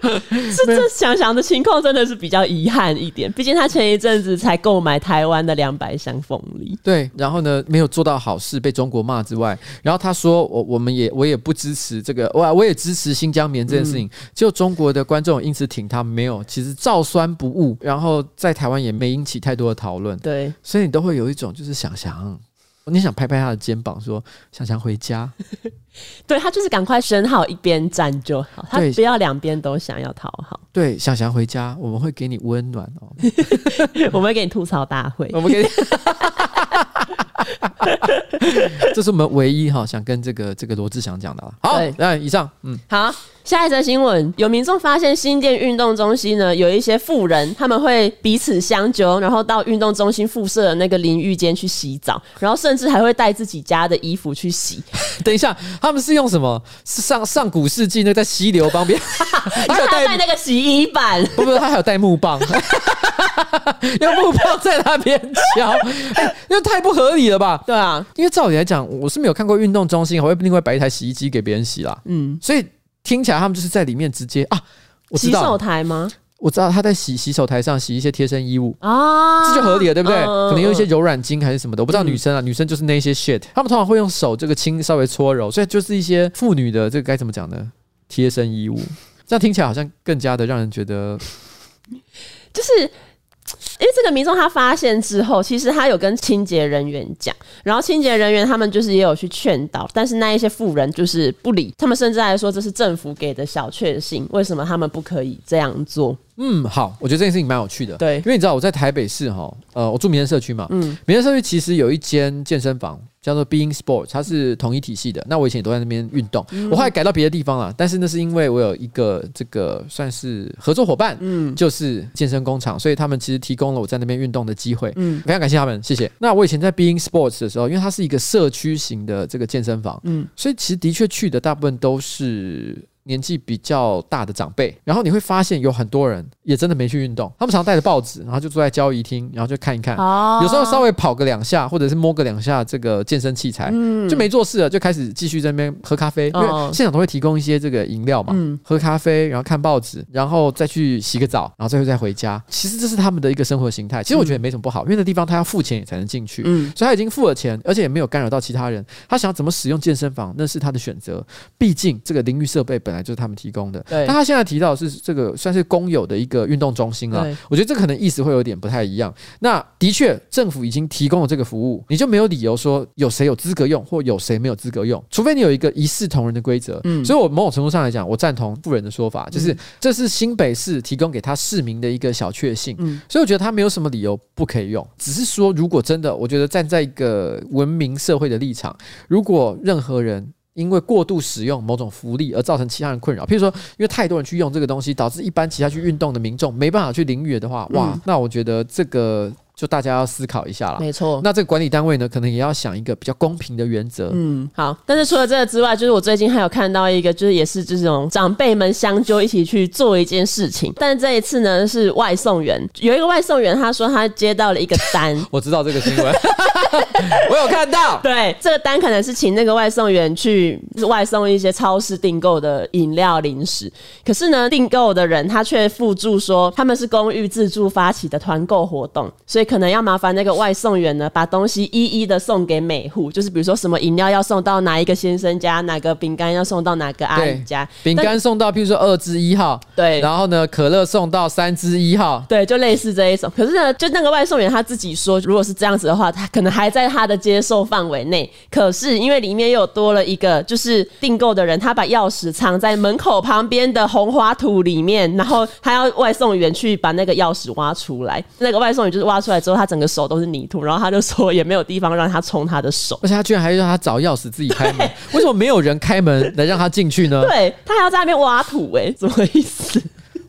是这想想的情况真的是比较遗憾一点，毕竟他前一阵子才购买台湾的200箱凤梨。 对，然后呢没有做到好事被中国骂之外，然后他说我也不支持这个，我也支持新疆棉这件事情，就中国的观众因此挺他，没有，其实照酸不误，然后在台湾也没引起太多的讨论。 对， 所以你都会有一种就是想你想拍拍他的肩膀说想回家。 对，他就是赶快选好一边站就好，他不要两边都想要讨好。 对，想回家，我们会给你温暖哦。 我们会给你吐槽大会， 我们给你这是我们唯一想跟这个罗志祥讲的了。好，那以上好，下一则新闻，有民众发现新店运动中心呢有一些妇人，他们会彼此相揪，然后到运动中心附设的那个淋浴间去洗澡，然后甚至还会带自己家的衣服去洗。 等一下，他们是用什么？是上古世纪那在溪流旁边， 他有带那个洗衣板， 不，他还有带木棒，用木棒在那边敲，因为太不合理了吧？ 对啊， 因为照理来讲，我是没有看过运动中心还会另外摆一台洗衣机给别人洗啦。所以听起来他们就是在里面直接我知道洗手台吗？ 我知道他在洗手台上洗一些贴身衣物这就合理了，对不对？可能用一些柔软巾还是什么的，我不知道女生女生就是那些 shit， 他们通常会用手这个稍微搓揉，所以就是一些妇女的这个该怎么讲呢？贴身衣物，这样听起来好像更加的让人觉得， 就是因为这个民众他发现之后，其实他有跟清洁人员讲，然后清洁人员他们就是也有去劝导，但是那一些妇人就是不理，他们甚至还说这是政府给的小确幸，为什么他们不可以这样做？ 好，我觉得这件事情蛮有趣的。 对， 因为你知道我在台北市我住民生社区嘛，民生社区其实有一间健身房叫做 Being Sports， 它是统一体系的。那我以前也都在那边运动，我后来改到别的地方了，但是那是因为我有一个这个算是合作伙伴，就是健身工厂，所以他们其实提供了我在那边运动的机会，非常感谢他们，谢谢。那我以前在 Being Sports 的时候，因为它是一个社区型的这个健身房，所以其实的确去的大部分都是年纪比较大的长辈，然后你会发现有很多人也真的没去运动，他们常带着报纸，然后就坐在交谊厅，然后就看一看，有时候稍微跑个2下，或者是摸个2下这个健身器材，就没做事了，就开始继续在那边喝咖啡，因为现场都会提供一些这个饮料嘛，喝咖啡，然后看报纸，然后再去洗个澡，然后最后再回家。其实这是他们的一个生活形态，其实我觉得也没什么不好，因为那地方他要付钱也才能进去，所以他已经付了钱，而且也没有干扰到其他人，他想要怎么使用健身房那是他的选择，毕竟这个淋浴设备本来就是他们提供的。但他现在提到的是这个算是公有的一个运动中心了，我觉得这可能意思会有点不太一样。那的确政府已经提供了这个服务，你就没有理由说有谁有资格用或有谁没有资格用，除非你有一个一视同仁的规则。所以我某种程度上来讲，我赞同富人的说法，就是这是新北市提供给他市民的一个小确幸，所以我觉得他没有什么理由不可以用，只是说如果真的，我觉得站在一个文明社会的立场，如果任何人因为过度使用某种福利而造成其他人困扰，譬如说因为太多人去用这个东西，导致一般其他去运动的民众没办法去淋浴的话，哇，那我觉得这个就大家要思考一下啦。 没错， 那这个管理单位呢，可能也要想一个比较公平的原则。 好。但是除了这个之外，就是我最近还有看到一个，就是也是这种长辈们相揪一起去做一件事情，但是这一次呢是外送员，有一个外送员他说他接到了一个单， 我知道这个新闻，我有看到。 对，这个单可能是请那个外送员去外送一些超市订购的饮料零食，可是呢订购的人他却附注说他们是公寓自助发起的团购活动，所以可能要麻烦那个外送员呢把东西一一的送给每户，就是比如说什么饮料要送到哪一个先生家，哪个饼干要送到哪个阿姨家， 饼干送到譬如说2支1号， 对， 然后呢可乐送到3支1号， 对，就类似这一种。可是呢就那个外送员他自己说，如果是这样子的话，他可能还在他的接受范围内，可是因为里面又多了一个就是订购的人，他把钥匙藏在门口旁边的红花土里面，然后他要外送员去把那个钥匙挖出来，那个外送员就是挖出来之后他整个手都是泥土，然后他就说也没有地方让他冲他的手， 而且他居然还让他找钥匙自己开门，为什么没有人开门来让他进去呢？ 对，他还要在那边挖土，什么意思？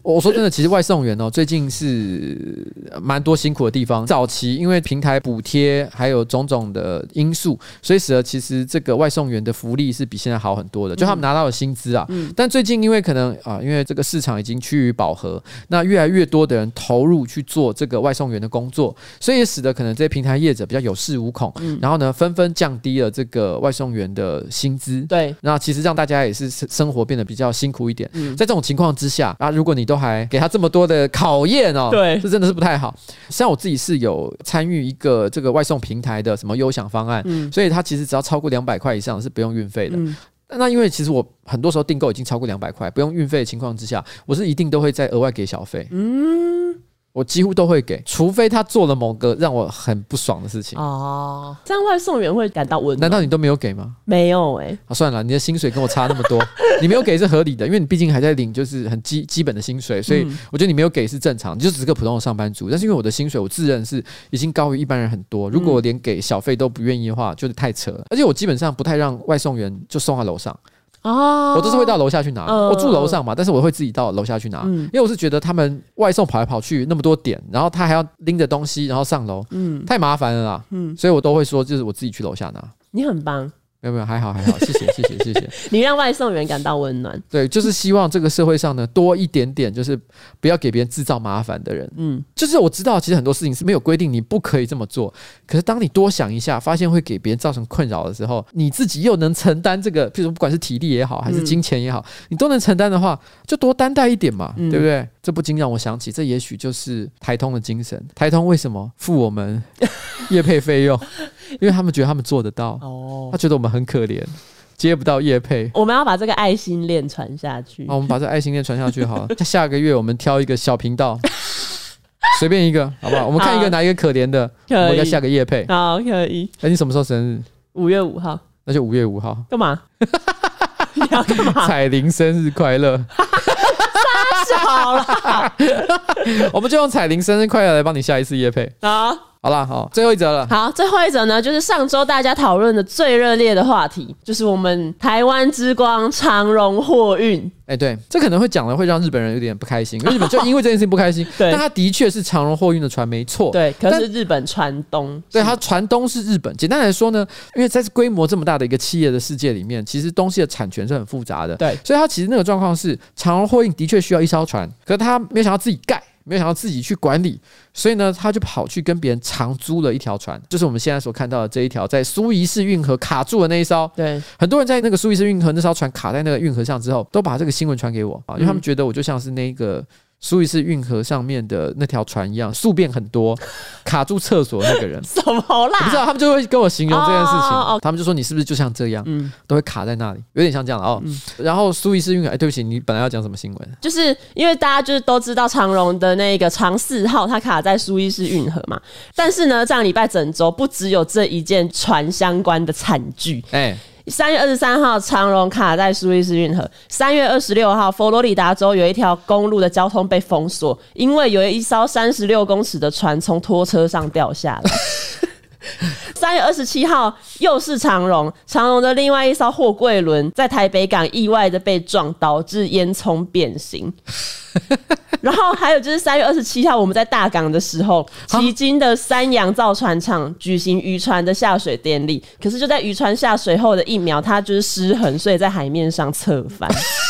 我说真的，其实外送员最近是蛮多辛苦的地方。早期因为平台补贴还有种种的因素，所以使得其实这个外送员的福利是比现在好很多的，就他们拿到的薪资啊。但最近因为可能因为这个市场已经趋于饱和，那越来越多的人投入去做这个外送员的工作，所以也使得可能这些平台业者比较有恃无恐，然后呢纷纷降低了这个外送员的薪资。 对， 那其实让大家也是生活变得比较辛苦一点。在这种情况之下如果你都还给他这么多的考验对， 这真的是不太好。像我自己是有参与一个这个外送平台的什么优享方案，所以它其实只要超过200块以上是不用运费的。那因为其实我很多时候订购已经超过200块，不用运费的情况之下，我是一定都会再额外给小费。我几乎都会给，除非他做了某个让我很不爽的事情。 这样外送员会感到温暖。 难道你都没有给吗？ 没有算了，你的薪水跟我差那么多，你没有给是合理的，因为你毕竟还在领就是很基本的薪水，所以我觉得你没有给是正常，你就只是个普通的上班族。但是因为我的薪水我自认是已经高于一般人很多，如果我连给小费都不愿意的话，就是太扯了。而且我基本上不太让外送员就送到楼上。我都是会到楼下去拿。我住楼上嘛，但是我会自己到楼下去拿，因为我是觉得他们外送跑来跑去那么多点，然后他还要拎着东西然后上楼，太麻烦了啦。所以我都会说就是我自己去楼下拿。 你很棒。 没有还好，谢谢。 你让外送员感到温暖。 对，就是希望这个社会上呢多一点点，就是不要给别人制造麻烦的人。就是我知道其实很多事情是没有规定你不可以这么做，可是当你多想一下，发现会给别人造成困扰的时候，你自己又能承担这个，譬如不管是体力也好，还是金钱也好，你都能承担的话，就多担待一点嘛，对不对？这不禁让我想起，这也许就是台通的精神。台通为什么付我们业配费用？因为他们觉得他们做得到，他觉得我们很可怜，接不到业配。 我们要把这个爱心链传下去。 我们把这个爱心链传下去好了。下个月我们挑一个小频道，随便一个，好不好？我们看哪一个可怜的，我们给下个业配。 好，可以。 你什么时候生日 ？5月5号。 那就5月5号。 干嘛？你要干嘛？ 彩玲生日快乐。 好了， 我们就用彩玲生日快乐来帮你下一次业配。好啦，最后一则了。 好，最后一则呢，就是上周大家讨论的最热烈的话题，就是我们台湾之光长荣货运。 对，这可能会讲了会让日本人有点不开心，因为日本就因为这件事情不开心。 对， 但它的确是长荣货运的船，没错。 对，可是日本船东。 对，它船东是日本。简单来说呢，因为在规模这么大的一个企业的世界里面，其实东西的产权是很复杂的。 对， 所以它其实那个状况是，长荣货运的确需要一艘船，可是他没有想到自己盖。没有想到自己去管理，所以呢，他就跑去跟别人长租了一条船，就是我们现在所看到的这一条在苏伊士运河卡住的那一艘。 对， 很多人在那个苏伊士运河那艘船卡在那个运河上之后，都把这个新闻传给我因为他们觉得我就像是那个苏伊士运河上面的那条船一样，宿便很多，卡住厕所那个人。 什么啦？ 我不知道，他们就会跟我形容这件事情。他们就说你是不是就像这样，都会卡在那里，有点像这样然后苏伊士运河，对不起，你本来要讲什么新闻？ 就是因为大家就是都知道长荣的那个长4号，它卡在苏伊士运河嘛。但是呢，上礼拜整周不只有这一件船相关的惨剧。3月23号，长荣卡在苏伊士运河。3月26号，佛罗里达州有一条公路的交通被封锁，因为有一艘36公尺的船从拖车上掉下来。3月27号，又是长荣的另外一艘货柜轮在台北港意外的被撞，导致烟囱变形。然后还有就是3月27号，我们在大港的时候，旗津的三洋造船厂举行渔船的下水典礼，可是就在渔船下水后的1秒，它就是失衡，所以在海面上侧翻。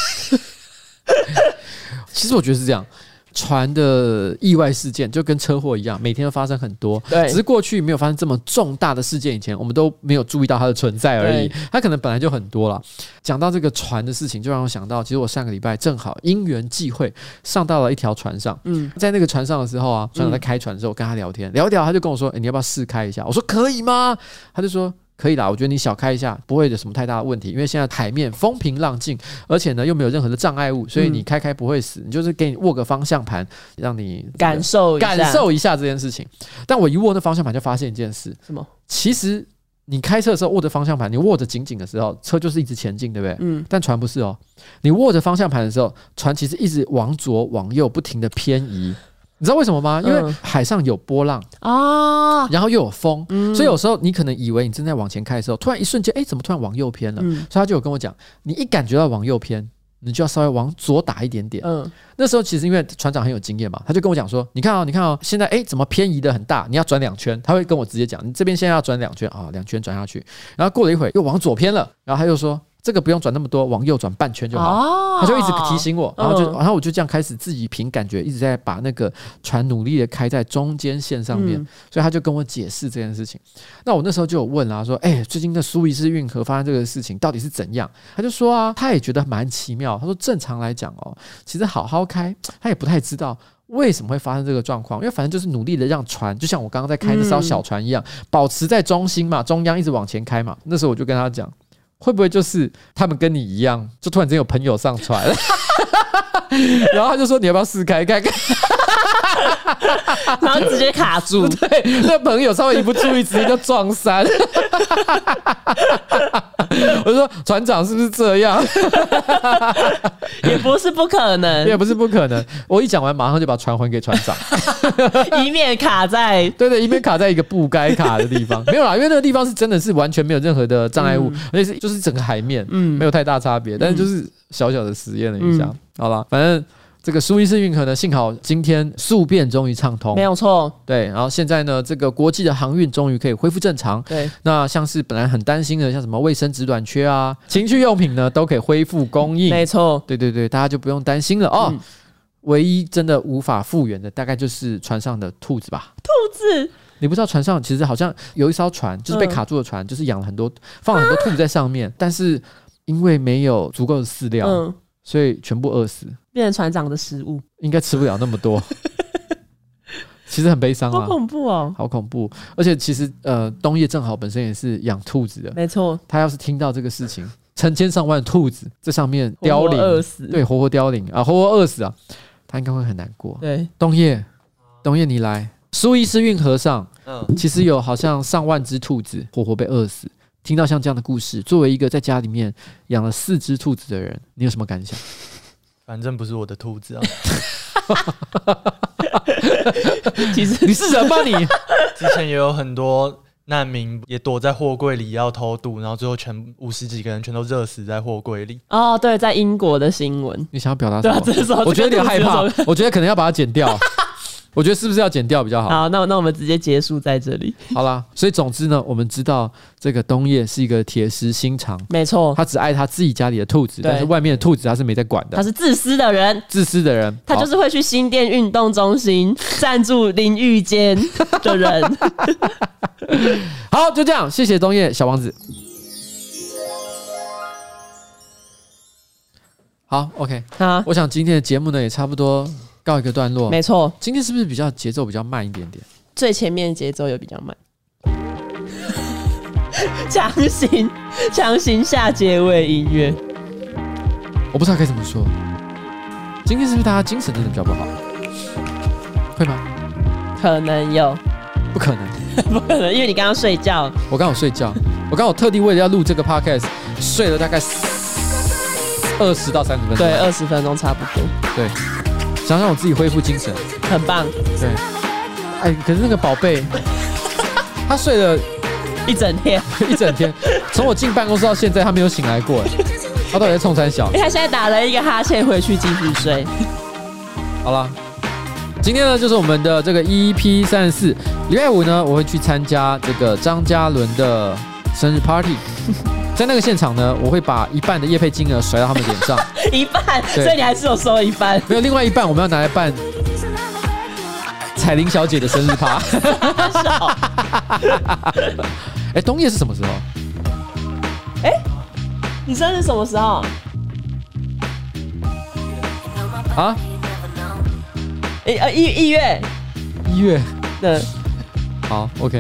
其实我觉得是这样。船的意外事件就跟车祸一样，每天都发生很多。 对， 只是过去没有发生这么重大的事件以前，我们都没有注意到它的存在而已。它可能本来就很多了。讲到这个船的事情，就让我想到，其实我上个礼拜正好因缘际会上到了一条船上。在那个船上的时候啊，船长在开船的时候，我跟他聊天，聊一聊，他就跟我说：“你要不要试开一下？”我说：“可以吗？”他就说：“可以啦，我觉得你小开一下不会有什么太大的问题，因为现在海面风平浪静，而且呢又没有任何的障碍物，所以你开不会死。你就是给你握个方向盘，让你感受一下这件事情。但我一握那方向盘，就发现一件事， 什么？ 其实你开车的时候握着方向盘，你握着紧紧的时候，车就是一直前进，对不对？但船不是哦，你握着方向盘的时候，船其实一直往左往右不停的偏移。你知道为什么吗？因为海上有波浪然后又有风，所以有时候你可能以为你正在往前开的时候，突然一瞬间，怎么突然往右偏了？所以他就有跟我讲，你一感觉到往右偏， 你就要稍微往左打一点点。那时候其实因为船长很有经验嘛，他就跟我讲说，你看哦，现在怎么偏移的很大，你要转2圈。他会跟我直接讲，你这边现在要转2圈啊，2圈转下去。然后过了一会又往左偏了，然后他又说，这个不用转那么多，往右转半圈就好。他就一直提醒我，然后我就这样开始自己凭感觉一直在把那个船努力的开在中间线上面。所以他就跟我解释这件事情。那我那时候就有问啦，说最近的苏伊士运河发生这个事情到底是怎样？他就说啊，他也觉得蛮奇妙。他说正常来讲其实好好开，他也不太知道为什么会发生这个状况，因为反正就是努力的让船，就像我刚刚在开那艘小船一样，保持在中心嘛，中央一直往前开嘛。那时候我就跟他讲，会不会就是他们跟你一样，就突然间有朋友上船然后他就说你要不要试开看看然后直接卡住。 对，那朋友稍微一不注意直接就撞山我就说船长是不是这样也不是不可能， 也不是不可能。我一讲完马上就把船还给船长以免卡在对，以免卡在一个不该卡的地方。没有啦，因为那个地方是真的是完全没有任何的障碍物，而且是就是整个海面没有太大差别，但是就是小小的实验了一下。好啦，反正这个苏伊士运河呢，幸好今天宿便终于畅通， 没有错。 对，然后现在呢，这个国际的航运终于可以恢复正常。 对， 那像是本来很担心的，像什么卫生纸短缺啊、情趣用品呢，都可以恢复供应。 没错， 对，大家就不用担心了哦。唯一真的无法复原的，大概就是船上的兔子吧。 兔子， 你不知道船上其实好像有一艘船，就是被卡住的船，就是养了很多，放了很多兔子在上面，但是因为没有足够的饲料，所以全部饿死， 变成船长的食物， 应该吃不了那么多。其实很悲伤啊， 好恐怖哦， 好恐怖！而且其实东叶正好本身也是养兔子的， 没错。他要是听到这个事情，成千上万的兔子在上面凋零， 饿死， 对，活凋零啊，活饿死啊，他应该会很难过。 对， 东叶你来，苏伊士运河上，其实有好像上万只兔子活被饿死。听到像这样的故事，作为一个在家里面养了4只兔子的人，你有什么感想？ 反正不是我的兔子啊。 其实你是人吗？你之前也有很多难民也躲在货柜里要偷渡，然后最后50几个人全都热死在货柜里。 哦，对，在英国的新闻。 你想要表达什么？ 对啊， 我觉得有点害怕，我觉得可能要把它剪掉。我觉得是不是要剪掉比较好？ 好，那我们直接结束在这里。 好啦，所以总之呢，我们知道这个东叶是一个铁石心肠， 没错， 他只爱他自己家里的兔子，但是外面的兔子他是没在管的。 他是自私的人，他就是会去新店运动中心赞助淋浴间的人。 好，就这样，谢谢东叶小王子。好 ，OK， 我想今天的节目呢也差不多告一个段落。 没错， 今天是不是比较节奏比较慢一点点？ 最前面节奏有比较慢，强行下结尾音乐， 我不知道该怎么说。今天是不是大家精神真的比较不好？会吗？ 可能有， 不可能， 不可能，因为你刚刚睡觉。 我刚好睡觉，我刚好特地为了要录这个 podcast 睡了大概20到30分钟。 对，20分钟差不多。 对。想让我自己恢复精神， 很棒。 对，可是那个宝贝，他睡了一整天， 从我进办公室到现在，他没有醒来过。他到底在冲三小？ 他现在打了一个哈欠，回去继续睡。 好了，今天呢就是我们的这个 EP34，礼拜5呢我会去参加这个张嘉伦的生日 party。在那个现场呢，我会把一半的业配金额甩到他们脸上， 一半，所以你还是有收一半。 没有，另外一半我们要拿来办彩玲小姐的生日趴。冬叶是什么时候？ 你生日什么时候？ 啊 ？1月。 1月。 对。 好 ，OK。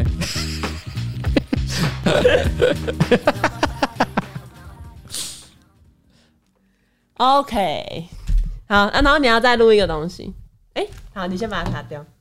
OK， 好，然后你要再录一个东西，好，你先把它卡掉。